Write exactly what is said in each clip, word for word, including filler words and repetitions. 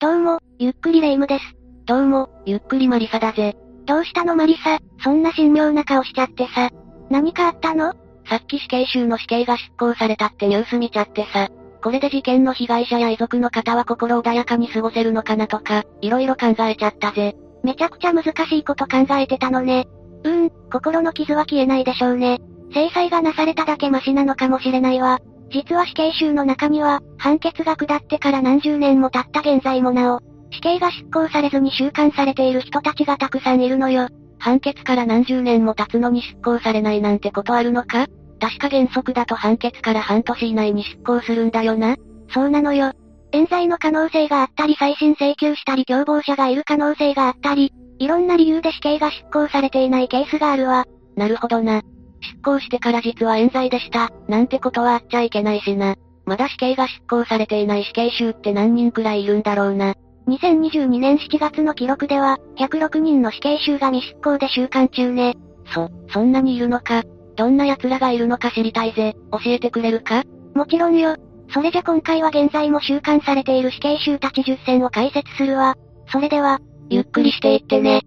どうも、ゆっくりレ夢ムです。 どうも、ゆっくりマリサだぜ。 どうしたのマリサ、そんな神妙な顔しちゃってさ。何かあったの？ さっき死刑囚の死刑が執行されたってニュース見ちゃってさ。これで事件の被害者や遺族の方は心穏やかに過ごせるのかなとか、いろいろ考えちゃったぜ。 めちゃくちゃ難しいこと考えてたのね。うーん、心の傷は消えないでしょうね。制裁がなされただけマシなのかもしれないわ。実は死刑囚の中には、判決が下ってから何十年も経った現在もなお、死刑が執行されずに収監されている人たちがたくさんいるのよ。 判決から何十年も経つのに執行されないなんてことあるのか？確か原則だと判決から半年以内に執行するんだよな。 そうなのよ。冤罪の可能性があったり再審請求したり共謀者がいる可能性があったり、いろんな理由で死刑が執行されていないケースがあるわ。 なるほどな。執行してから実は冤罪でした、なんてことはあっちゃいけないしな。まだ死刑が執行されていない死刑囚って何人くらいいるんだろうな。 にせんにじゅうにねんしちがつの記録では、ひゃくろくにんの死刑囚が未執行で収監中ね。 そ、そんなにいるのか。どんな奴らがいるのか知りたいぜ。教えてくれるか？ もちろんよ。それじゃ今回は現在も収監されている死刑囚たちじゅっせんを解説するわ。それでは、 ゆっくりしていってね。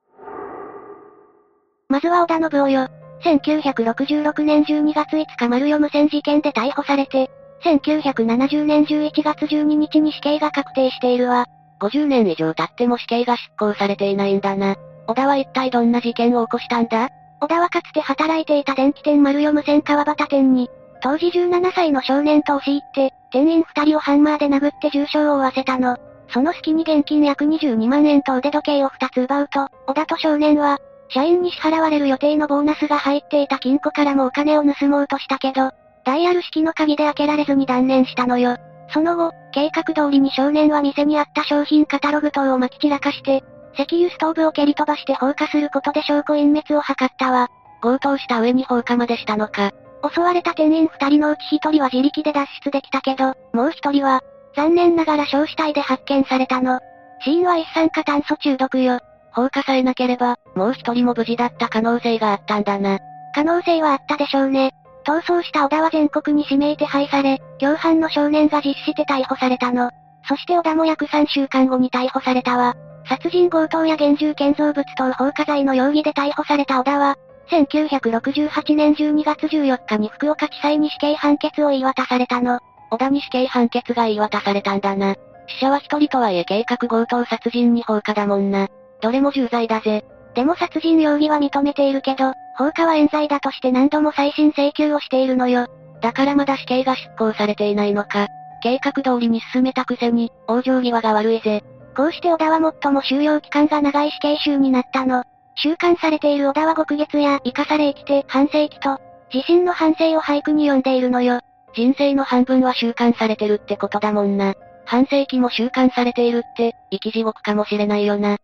まずは織田信夫よ。せんきゅうひゃくろくじゅうろくねんじゅうにがついつか丸代無線事件で逮捕されて、せんきゅうひゃくななじゅうねんじゅういちがつじゅうににちに死刑が確定しているわ。 ごじゅうねん以上経っても死刑が執行されていないんだな。織田は一体どんな事件を起こしたんだ？ 織田はかつて働いていた電気店丸代無線川端店に、当時じゅうななさいの少年と押し入って、店員二人をハンマーで殴って重傷を負わせたの。その隙に現金約にじゅうにまんえんと腕時計を二つ奪うと、織田と少年は、社員に支払われる予定のボーナスが入っていた金庫からもお金を盗もうとしたけど、ダイヤル式の鍵で開けられずに断念したのよ。その後、計画通りに少年は店にあった商品カタログ等を撒き散らかして、石油ストーブを蹴り飛ばして放火することで証拠隠滅を図ったわ。 強盗した上に放火までしたのか。 襲われた店員二人のうち一人は自力で脱出できたけど、もう一人は、残念ながら焼死体で発見されたの。死因は一酸化炭素中毒よ。 放火さえなければ、もう一人も無事だった可能性があったんだな。 可能性はあったでしょうね。逃走した織田は全国に指名手配され、共犯の少年が実施して逮捕されたの。そして織田も約さんしゅうかんごに逮捕されたわ。殺人強盗や現住建造物等放火罪の容疑で逮捕された織田は、せんきゅうひゃくろくじゅうはちねんじゅうにがつじゅうよっかに福岡地裁に死刑判決を言い渡されたの。 織田に死刑判決が言い渡されたんだな。死者は一人とはいえ計画強盗殺人に放火だもんな。どれも重罪だぜ。 でも殺人容疑は認めているけど、放火は冤罪だとして何度も再審請求をしているのよ。 だからまだ死刑が執行されていないのか。計画通りに進めたくせに、往生際が悪いぜ。 こうして織田は最も収容期間が長い死刑囚になったの。収監されている織田は獄月や生かされ生きて反省期と、自身の反省を俳句に読んでいるのよ。 人生の半分は収監されてるってことだもんな。反省期も収監されているって、生き地獄かもしれないよな。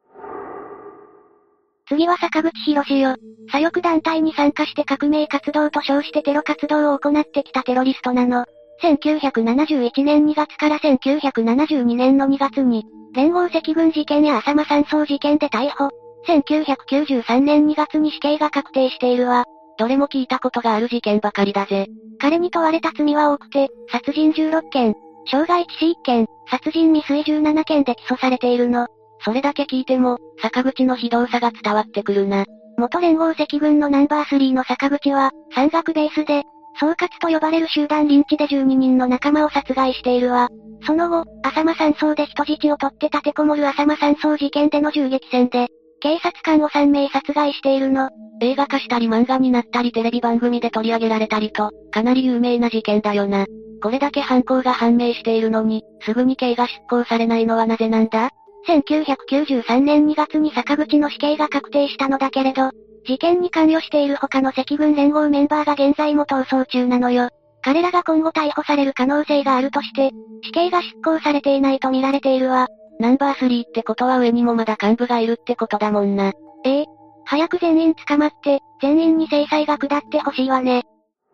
次は坂口博よ。左翼団体に参加して革命活動と称してテロ活動を行ってきたテロリストなの。せんきゅうひゃくななじゅういちねんにがつからせんきゅうひゃくななじゅうにねんのにがつに、連合赤軍事件や浅間山荘事件で逮捕。せんきゅうひゃくきゅうじゅうさんねんにがつに死刑が確定しているわ。 どれも聞いたことがある事件ばかりだぜ。 彼に問われた罪は多くて、殺人じゅうろっけん、傷害致死いっけん、殺人未遂じゅうななけんで起訴されているの。 それだけ聞いても、坂口の非道さが伝わってくるな。 元連合赤軍のナンバースリーの坂口は、山岳ベースで、総括と呼ばれる集団リンチでじゅうににんの仲間を殺害しているわ。その後、浅間山荘で人質を取って立てこもる浅間山荘事件での銃撃戦で、警察官をさんめい殺害しているの。 映画化したり漫画になったりテレビ番組で取り上げられたりと、かなり有名な事件だよな。これだけ犯行が判明しているのに、すぐに刑が執行されないのはなぜなんだ？ せんきゅうひゃくきゅうじゅうさんねんにがつに坂口の死刑が確定したのだけれど、事件に関与している他の赤軍連合メンバーが現在も逃走中なのよ。彼らが今後逮捕される可能性があるとして、死刑が執行されていないと見られているわ。 ナンバースリーってことは上にもまだ幹部がいるってことだもんな。 ええ。早く全員捕まって、全員に制裁が下ってほしいわね。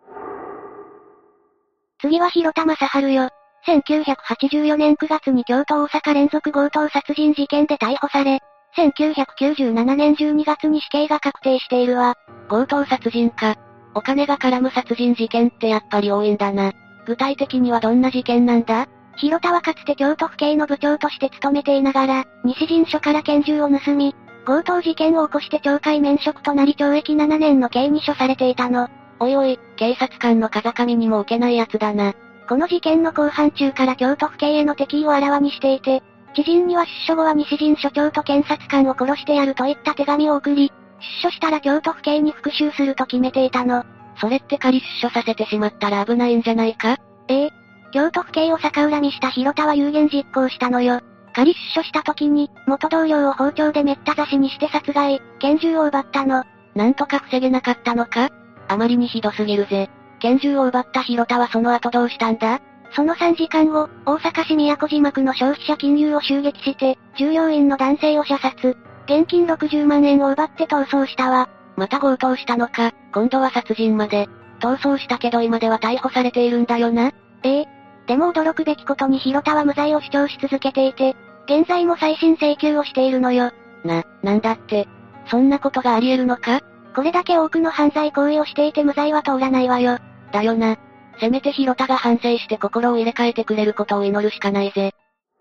次は広田正治よ。せんきゅうひゃくはちじゅうよねんくがつに京都大阪連続強盗殺人事件で逮捕され、せんきゅうひゃくきゅうじゅうななねんじゅうにがつに死刑が確定しているわ。 強盗殺人か。お金が絡む殺人事件ってやっぱり多いんだな。具体的にはどんな事件なんだ？ 広田はかつて京都府警の部長として勤めていながら、西陣署から拳銃を盗み、強盗事件を起こして懲戒免職となり懲役ななねんの刑に処されていたの。 おいおい、警察官の風上にも置けないやつだな。 この事件の公判中から京都府警への敵意をあらわにしていて、知人には出所後は西陣署長と検察官を殺してやるといった手紙を送り、出所したら京都府警に復讐すると決めていたの。 それって仮出所させてしまったら危ないんじゃないか？ ええ。京都府警を逆恨みした広田は有言実行したのよ。仮出所した時に、元同僚を包丁でめった刺しにして殺害、拳銃を奪ったの。 なんとか防げなかったのか？あまりにひどすぎるぜ。拳銃を奪った広田はその後どうしたんだ？ そのさんじかんご、大阪市都島区の消費者金融を襲撃して、従業員の男性を射殺。現金ろくじゅうまんえんを奪って逃走したわ。 また強盗したのか、今度は殺人まで。逃走したけど今では逮捕されているんだよな。 ええ。でも驚くべきことに広田は無罪を主張し続けていて、現在も再審請求をしているのよ。 な、なんだって。そんなことがあり得るのか？ これだけ多くの犯罪行為をしていて無罪は通らないわよ。 だよな。せめて広田が反省して心を入れ替えてくれることを祈るしかないぜ。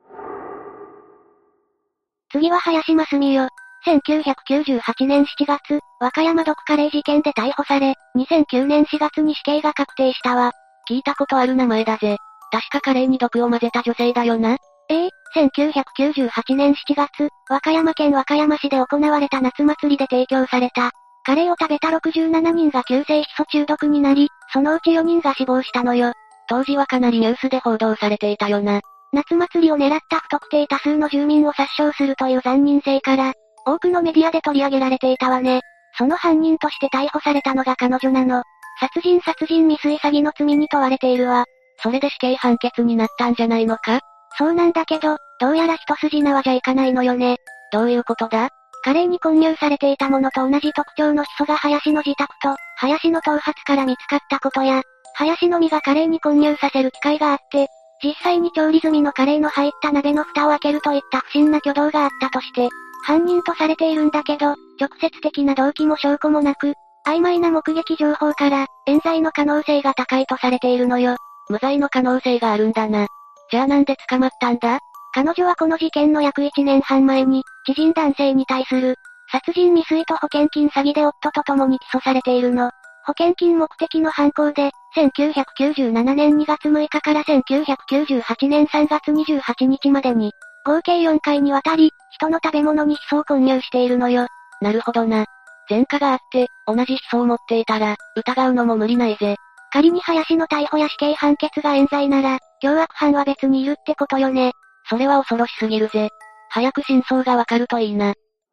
次は林真澄よ。せんきゅうひゃくきゅうじゅうはちねんしちがつ、和歌山毒カレー事件で逮捕され、にせんきゅうねんしがつに死刑が確定したわ。 聞いたことある名前だぜ。確かカレーに毒を混ぜた女性だよな。 ええ、せんきゅうひゃくきゅうじゅうはちねんしちがつ、和歌山県和歌山市で行われた夏祭りで提供された。カレーを食べたろくじゅうななにんが急性ヒ素中毒になり、そのうちよにんが死亡したのよ。 当時はかなりニュースで報道されていたよな。 夏祭りを狙った不特定多数の住民を殺傷するという残忍性から、多くのメディアで取り上げられていたわね。その犯人として逮捕されたのが彼女なの。殺人殺人未遂詐欺の罪に問われているわ。 それで死刑判決になったんじゃないのか？ そうなんだけど、どうやら一筋縄じゃいかないのよね。 どういうことだ？ カレーに混入されていたものと同じ特徴のヒ素が林の自宅と、林の頭髪から見つかったことや、林の実がカレーに混入させる機会があって、実際に調理済みのカレーの入った鍋の蓋を開けるといった不審な挙動があったとして、犯人とされているんだけど、直接的な動機も証拠もなく、曖昧な目撃情報から、冤罪の可能性が高いとされているのよ。 無罪の可能性があるんだな。じゃあなんで捕まったんだ？ 彼女はこの事件の約いちねんはん前に、知人男性に対する、殺人未遂と保険金詐欺で夫と共に起訴されているの。保険金目的の犯行で、せんきゅうひゃくきゅうじゅうななねんにがつむいかからせんきゅうひゃくきゅうじゅうはちねんさんがつにじゅうはちにちまでに、合計よんかいにわたり、人の食べ物にヒ素を混入しているのよ。 なるほどな。前科があって、同じヒ素を持っていたら、疑うのも無理ないぜ。 仮に林の逮捕や死刑判決が冤罪なら、凶悪犯は別にいるってことよね。 それは恐ろしすぎるぜ。早く真相がわかるといいな。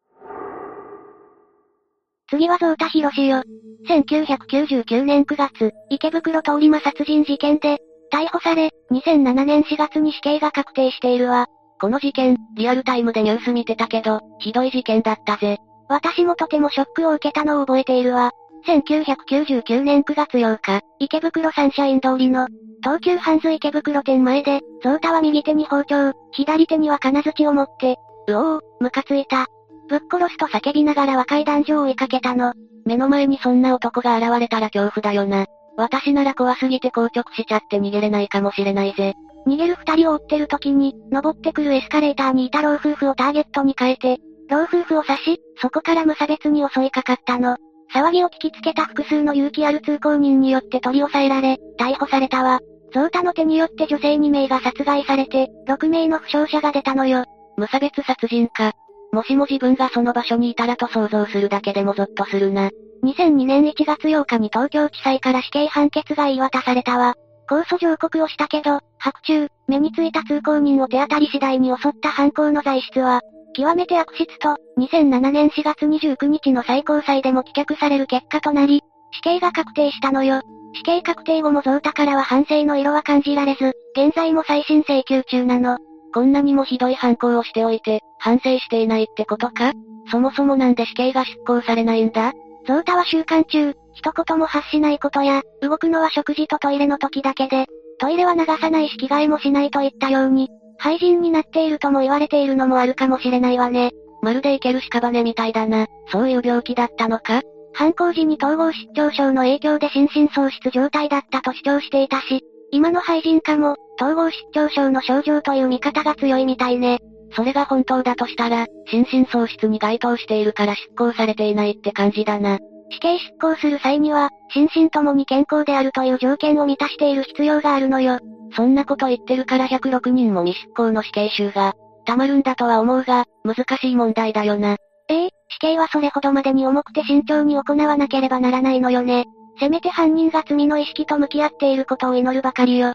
次は増田博よ。せんきゅうひゃくきゅうじゅうきゅうねんくがつ、池袋通り魔殺人事件で、逮捕され、にせんななねんしがつに死刑が確定しているわ。 この事件、リアルタイムでニュース見てたけど、ひどい事件だったぜ。 私もとてもショックを受けたのを覚えているわ。せんきゅうひゃくきゅうじゅうきゅうねんくがつようか、池袋サンシャイン通りの、東急ハンズ池袋店前で、増田は右手に包丁、左手には金槌を持って、うおー、ムカついた。ぶっ殺すと叫びながら若い男女を追いかけたの。 目の前にそんな男が現れたら恐怖だよな。私なら怖すぎて硬直しちゃって逃げれないかもしれないぜ。 逃げる二人を追ってる時に、登ってくるエスカレーターにいた老夫婦をターゲットに変えて、老夫婦を刺し、そこから無差別に襲いかかったの。騒ぎを聞きつけた複数の勇気ある通行人によって取り押さえられ、逮捕されたわ。増田の手によって女性にめいが殺害されて、ろくめいの負傷者が出たのよ。 無差別殺人か。もしも自分がその場所にいたらと想像するだけでもゾッとするな。 にせんにねんいちがつようかに東京地裁から死刑判決が言い渡されたわ。控訴上告をしたけど、白昼、目についた通行人を手当たり次第に襲った犯行の罪質は、極めて悪質と、にせんななねんしがつにじゅうくにちの最高裁でも棄却される結果となり、死刑が確定したのよ。死刑確定後も増田からは反省の色は感じられず、現在も再審請求中なの。 こんなにもひどい犯行をしておいて、反省していないってことか？そもそもなんで死刑が執行されないんだ？ 増田は収監中、一言も発しないことや、動くのは食事とトイレの時だけで、トイレは流さないし着替えもしないといったように、廃人になっているとも言われているのもあるかもしれないわね。 まるで生ける屍みたいだな。そういう病気だったのか？ 犯行時に統合失調症の影響で心神喪失状態だったと主張していたし、 今の廃人かも、統合失調症の症状という見方が強いみたいね。 それが本当だとしたら、心神喪失に該当しているから執行されていないって感じだな。 死刑執行する際には、心身ともに健康であるという条件を満たしている必要があるのよ。 そんなこと言ってるからひゃくろくにんも未執行の死刑囚が、たまるんだとは思うが、難しい問題だよな。 ええ、死刑はそれほどまでに重くて慎重に行わなければならないのよね。せめて犯人が罪の意識と向き合っていることを祈るばかりよ。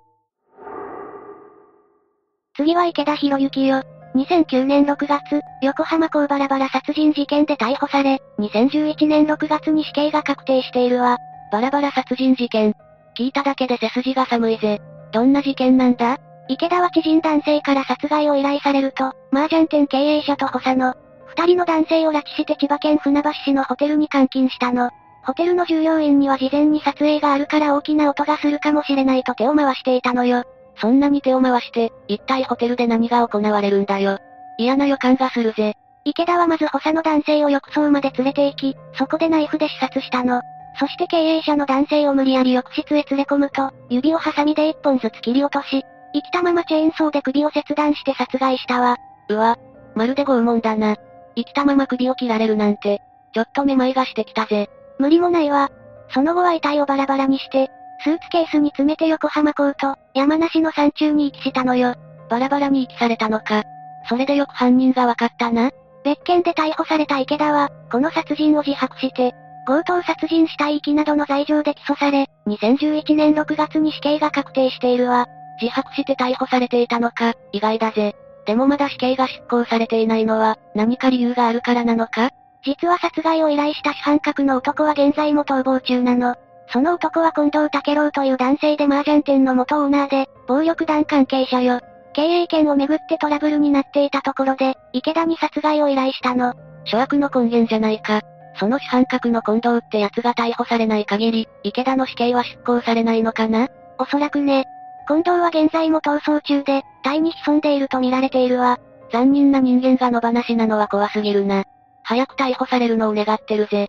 次は池田博之よ。にせんきゅうねんろくがつ、横浜港バラバラ殺人事件で逮捕され、にせんじゅういちねんろくがつに死刑が確定しているわ。 バラバラ殺人事件。聞いただけで背筋が寒いぜ。どんな事件なんだ？ 池田は知人男性から殺害を依頼されると、麻雀店経営者と補佐の、二人の男性を拉致して千葉県船橋市のホテルに監禁したの。ホテルの従業員には事前に撮影があるから大きな音がするかもしれないと手を回していたのよ。 そんなに手を回して、一体ホテルで何が行われるんだよ。嫌な予感がするぜ。 池田はまず補佐の男性を浴槽まで連れて行き、そこでナイフで刺殺したの。そして経営者の男性を無理やり浴室へ連れ込むと、指をハサミで一本ずつ切り落とし、生きたままチェーンソーで首を切断して殺害したわ。 うわ、まるで拷問だな。生きたまま首を切られるなんて、ちょっとめまいがしてきたぜ。 無理もないわ。その後は遺体をバラバラにして、スーツケースに詰めて横浜港と山梨の山中に遺棄したのよ。 バラバラに遺棄されたのか。それでよく犯人がわかったな。 別件で逮捕された池田は、この殺人を自白して、強盗殺人死体遺棄などの罪状で起訴され、にせんじゅういちねんろくがつに死刑が確定しているわ。 自白して逮捕されていたのか、意外だぜ。でもまだ死刑が執行されていないのは、何か理由があるからなのか？ 実は殺害を依頼した主犯格の男は現在も逃亡中なの。その男は近藤武郎という男性で麻雀店の元オーナーで、暴力団関係者よ。経営権をめぐってトラブルになっていたところで、池田に殺害を依頼したの。 諸悪の根源じゃないか。その主犯格の近藤って奴が逮捕されない限り、池田の死刑は執行されないのかな？ おそらくね。近藤は現在も逃走中で、タイに潜んでいると見られているわ。 残忍な人間が野放しなのは怖すぎるな。早く逮捕されるのを願ってるぜ。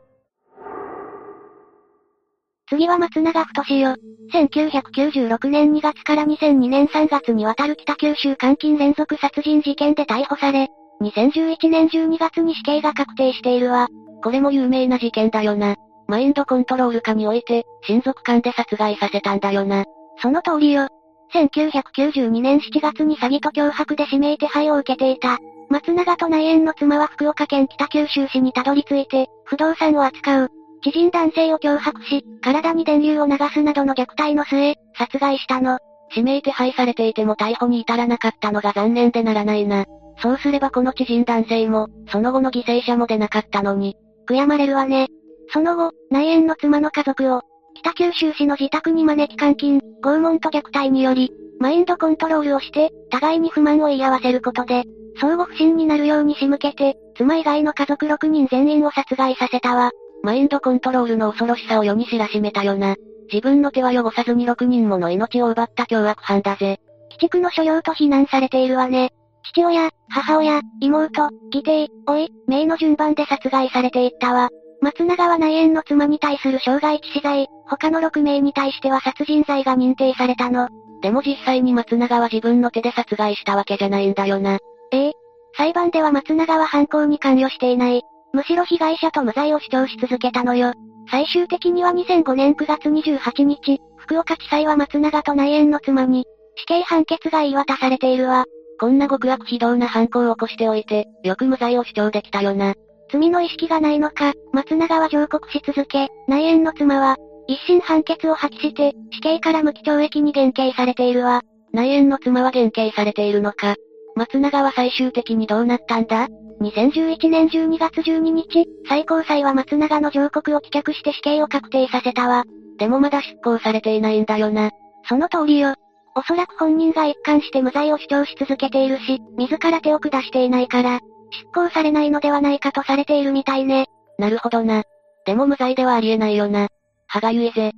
次は松永太よ。せんきゅうひゃくきゅうじゅうろくねんにがつからにせんにねんさんがつにわたる北九州監禁連続殺人事件で逮捕され、にせんじゅういちねんじゅうにがつに死刑が確定しているわ。 これも有名な事件だよな。マインドコントロール下において、親族間で殺害させたんだよな。 その通りよ。せんきゅうひゃくきゅうじゅうにねんしちがつに詐欺と脅迫で指名手配を受けていた。松永と内縁の妻は福岡県北九州市にたどり着いて、不動産を扱う。知人男性を脅迫し、体に電流を流すなどの虐待の末、殺害したの。 指名手配されていても逮捕に至らなかったのが残念でならないな。そうすればこの知人男性も、その後の犠牲者も出なかったのに。 悔やまれるわね。その後、内縁の妻の家族を、北九州市の自宅に招き監禁、拷問と虐待により、マインドコントロールをして、互いに不満を言い合わせることで、相互不信になるように仕向けて、妻以外の家族ろくにん全員を殺害させたわ。 マインドコントロールの恐ろしさを世に知らしめたよな。自分の手は汚さずにろくにんもの命を奪った凶悪犯だぜ。 鬼畜の所領と非難されているわね。父親、母親、妹、義弟、甥、姪の順番で殺害されていったわ。松永は内縁の妻に対する傷害致死罪、他のろくめいに対しては殺人罪が認定されたの。 でも実際に松永は自分の手で殺害したわけじゃないんだよな。 ええ。裁判では松永は犯行に関与していない。むしろ被害者と無罪を主張し続けたのよ。最終的にはにせんごねんくがつにじゅうはちにち、福岡地裁は松永と内縁の妻に、死刑判決が言い渡されているわ。 こんな極悪非道な犯行を起こしておいて、よく無罪を主張できたよな。 罪の意識がないのか、松永は上告し続け、内縁の妻は、一審判決を破棄して、死刑から無期懲役に減刑されているわ。 内縁の妻は減刑されているのか。松永は最終的にどうなったんだ？ にせんじゅういちねんじゅうにがつじゅうににち、最高裁は松永の上告を棄却して死刑を確定させたわ。 でもまだ執行されていないんだよな。 その通りよ。おそらく本人が一貫して無罪を主張し続けているし、自ら手を下していないから、執行されないのではないかとされているみたいね。 なるほどな。でも無罪ではありえないよな。歯がゆいぜ。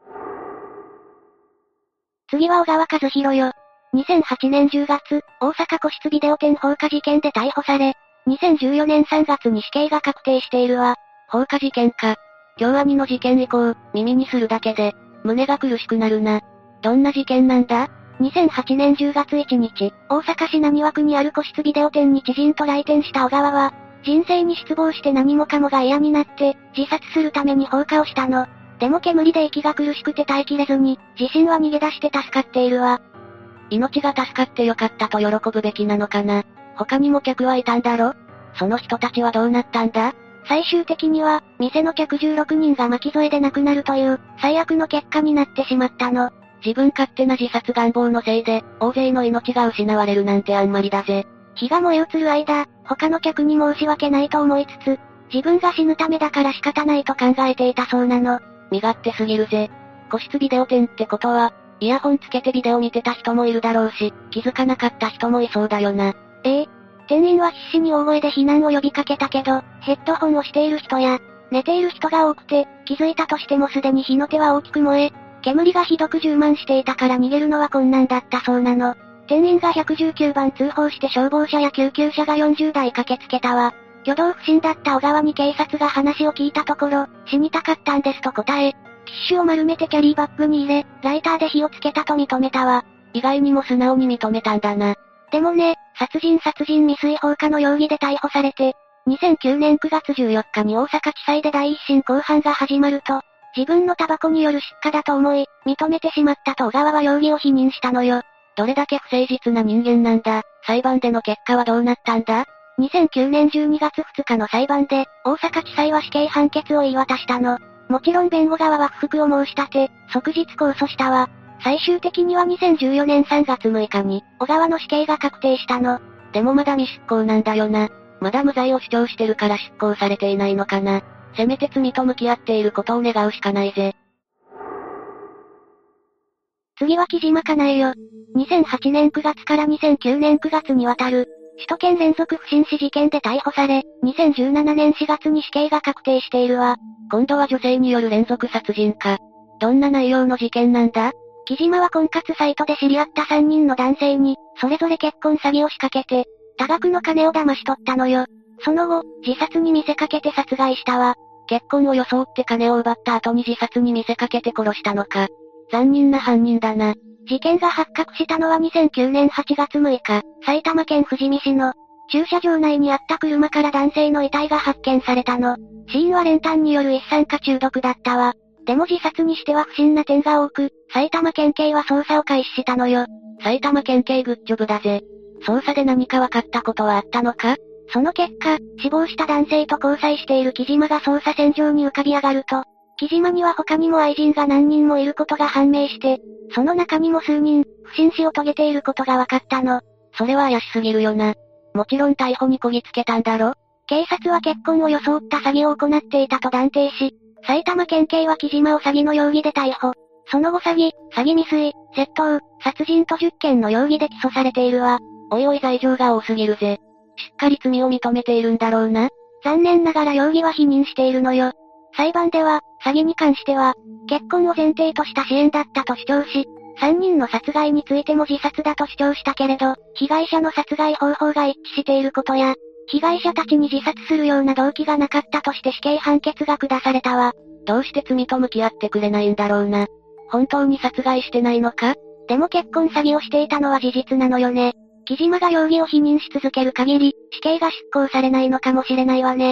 次は小川和弘よ。にせんはちねんじゅうがつ、大阪個室ビデオ店放火事件で逮捕され、にせんじゅうよねんさんがつに死刑が確定しているわ。 放火事件か。京アニの事件以降、耳にするだけで、胸が苦しくなるな。 どんな事件なんだ？ にせんはちねんじゅうがついちにち、大阪市浪速区にある個室ビデオ店に知人と来店した小川は、人生に失望して何もかもが嫌になって、自殺するために放火をしたの。でも煙で息が苦しくて耐えきれずに、自身は逃げ出して助かっているわ。 命が助かってよかったと喜ぶべきなのかな。他にも客はいたんだろ？その人たちはどうなったんだ？ 最終的には、店の客じゅうろくにんが巻き添えで亡くなるという、最悪の結果になってしまったの。 自分勝手な自殺願望のせいで、大勢の命が失われるなんてあんまりだぜ。 火が燃え移る間、他の客に申し訳ないと思いつつ、自分が死ぬためだから仕方ないと考えていたそうなの。 身勝手すぎるぜ。個室ビデオ店ってことは、イヤホンつけてビデオ見てた人もいるだろうし、気づかなかった人もいそうだよな。 ええ。店員は必死に大声で避難を呼びかけたけど、ヘッドホンをしている人や、寝ている人が多くて、気づいたとしてもすでに火の手は大きく燃え、煙がひどく充満していたから逃げるのは困難だったそうなの。店員がひゃくじゅうきゅうばん通報して消防車や救急車がよんじゅうだい駆けつけたわ。挙動不審だった小川に警察が話を聞いたところ、死にたかったんですと答え、ティッシュを丸めてキャリーバッグに入れ、ライターで火をつけたと認めたわ。 意外にも素直に認めたんだな。 でもね、殺人殺人未遂放火の容疑で逮捕されて、にせんきゅうねんくがつじゅうよっかに大阪地裁で第一審公判が始まると、自分のタバコによる失火だと思い、認めてしまったと小川は容疑を否認したのよ。 どれだけ不誠実な人間なんだ。裁判での結果はどうなったんだ？ にせんきゅうねんじゅうにがつふつかの裁判で、大阪地裁は死刑判決を言い渡したの。もちろん弁護側は不服を申し立て、即日控訴したわ。最終的にはにせんじゅうよねんさんがつむいかに、小川の死刑が確定したの。 でもまだ未執行なんだよな。まだ無罪を主張してるから執行されていないのかな。せめて罪と向き合っていることを願うしかないぜ。 次は木島かなえよ。にせんはちねんくがつからにせんきゅうねんくがつにわたる、首都圏連続不審死事件で逮捕され、にせんじゅうななねんしがつに死刑が確定しているわ。 今度は女性による連続殺人か。どんな内容の事件なんだ？ 木島は婚活サイトで知り合ったさんにんの男性に、それぞれ結婚詐欺を仕掛けて、多額の金を騙し取ったのよ。その後、自殺に見せかけて殺害したわ。 結婚を装って金を奪った後に自殺に見せかけて殺したのか。残忍な犯人だな。 事件が発覚したのはにせんきゅうねんはちがつむいか、埼玉県富士見市の駐車場内にあった車から男性の遺体が発見されたの。死因は練炭による一酸化中毒だったわ。でも自殺にしては不審な点が多く、埼玉県警は捜査を開始したのよ。 埼玉県警グッジョブだぜ。捜査で何か分かったことはあったのか？ その結果、死亡した男性と交際している木島が捜査線上に浮かび上がると、木島には他にも愛人が何人もいることが判明して、その中にも数人、不審死を遂げていることが分かったの。 それは怪しすぎるよな。もちろん逮捕にこぎつけたんだろ？ 警察は結婚を装った詐欺を行っていたと断定し、埼玉県警は木島を詐欺の容疑で逮捕。その後詐欺、詐欺未遂、窃盗、殺人とじゅっけんの容疑で起訴されているわ。 おいおい罪状が多すぎるぜ。しっかり罪を認めているんだろうな。 残念ながら容疑は否認しているのよ。裁判では、詐欺に関しては、結婚を前提とした支援だったと主張し、さんにんの殺害についても自殺だと主張したけれど、被害者の殺害方法が一致していることや、被害者たちに自殺するような動機がなかったとして死刑判決が下されたわ。 どうして罪と向き合ってくれないんだろうな。本当に殺害してないのか？ でも結婚詐欺をしていたのは事実なのよね。木島が容疑を否認し続ける限り、死刑が執行されないのかもしれないわね。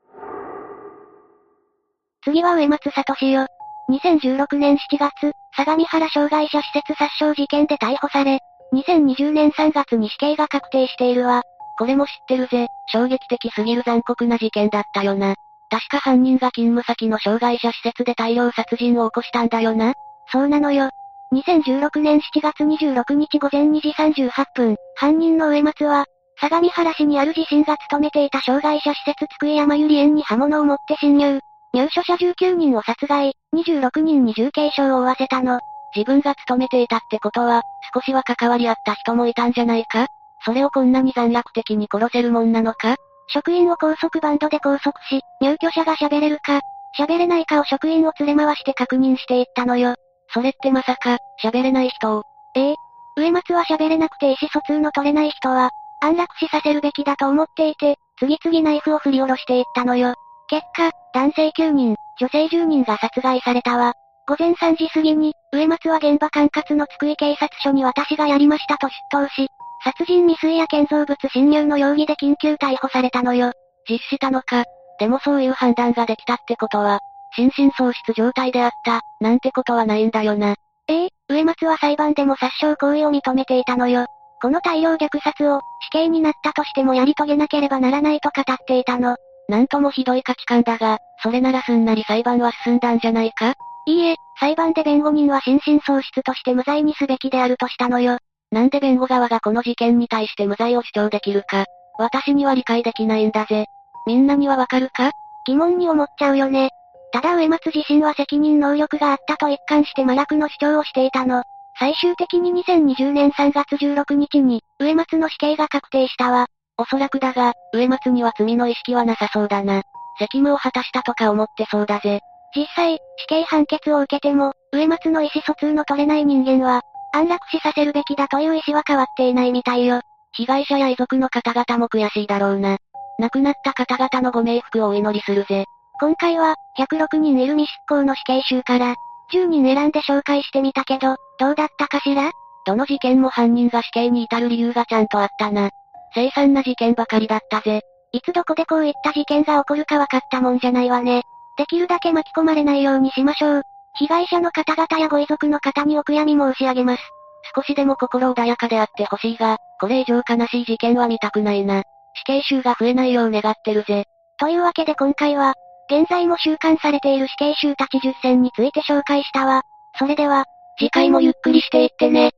次は植松聡よ。にせんじゅうろくねんしちがつ、相模原障害者施設殺傷事件で逮捕され、にせんにじゅうねんさんがつに死刑が確定しているわ。 これも知ってるぜ。衝撃的すぎる残酷な事件だったよな。確か犯人が勤務先の障害者施設で大量殺人を起こしたんだよな。 そうなのよ。にせんじゅうろくねんしちがつにじゅうろくにちごぜんにじさんじゅうはっぷん、犯人の植松は、相模原市にある自身が勤めていた障害者施設津久井やまゆり園に刃物を持って侵入。入所者じゅうきゅうにんを殺害、にじゅうろくにんに重軽傷を負わせたの。 自分が勤めていたってことは、少しは関わりあった人もいたんじゃないか？それをこんなに残虐的に殺せるもんなのか？ 職員を高速バンドで拘束し、入居者が喋れるか、喋れないかを職員を連れ回して確認していったのよ。 それってまさか、喋れない人を。 ええ。植松は喋れなくて意思疎通の取れない人は、安楽死させるべきだと思っていて、次々ナイフを振り下ろしていったのよ。結果、男性きゅうにん、女性じゅうにんが殺害されたわ。 午前さんじ過ぎに、植松は現場管轄の津久井警察署に私がやりましたと出頭し、殺人未遂や建造物侵入の容疑で緊急逮捕されたのよ。 実施したのか。でもそういう判断ができたってことは、心神喪失状態であった、なんてことはないんだよな。 ええ、植松は裁判でも殺傷行為を認めていたのよ。この大量虐殺を、死刑になったとしてもやり遂げなければならないと語っていたの。 なんともひどい価値観だが、それならすんなり裁判は進んだんじゃないか？ いいえ、裁判で弁護人は心神喪失として無罪にすべきであるとしたのよ。 なんで弁護側がこの事件に対して無罪を主張できるか、私には理解できないんだぜ。みんなにはわかるか？ 疑問に思っちゃうよね。ただ植松自身は責任能力があったと一貫して麻薬の主張をしていたの。最終的ににせんにじゅうねんさんがつじゅうろくにちに、植松の死刑が確定したわ。 おそらくだが、植松には罪の意識はなさそうだな。責務を果たしたとか思ってそうだぜ。 実際、死刑判決を受けても、植松の意思疎通の取れない人間は、安楽死させるべきだという意思は変わっていないみたいよ。 被害者や遺族の方々も悔しいだろうな。亡くなった方々のご冥福をお祈りするぜ。 今回は、ひゃくろくにんいる未執行の死刑囚から、じゅうにん選んで紹介してみたけど、どうだったかしら？ どの事件も犯人が死刑に至る理由がちゃんとあったな。凄惨な事件ばかりだったぜ。 いつどこでこういった事件が起こるか分かったもんじゃないわね。できるだけ巻き込まれないようにしましょう。被害者の方々やご遺族の方にお悔やみ申し上げます。 少しでも心穏やかであってほしいが、これ以上悲しい事件は見たくないな。死刑囚が増えないよう願ってるぜ。 というわけで今回は、現在も収監されている死刑囚たちじゅっせんについて紹介したわ。それでは、 次回もゆっくりしていってね。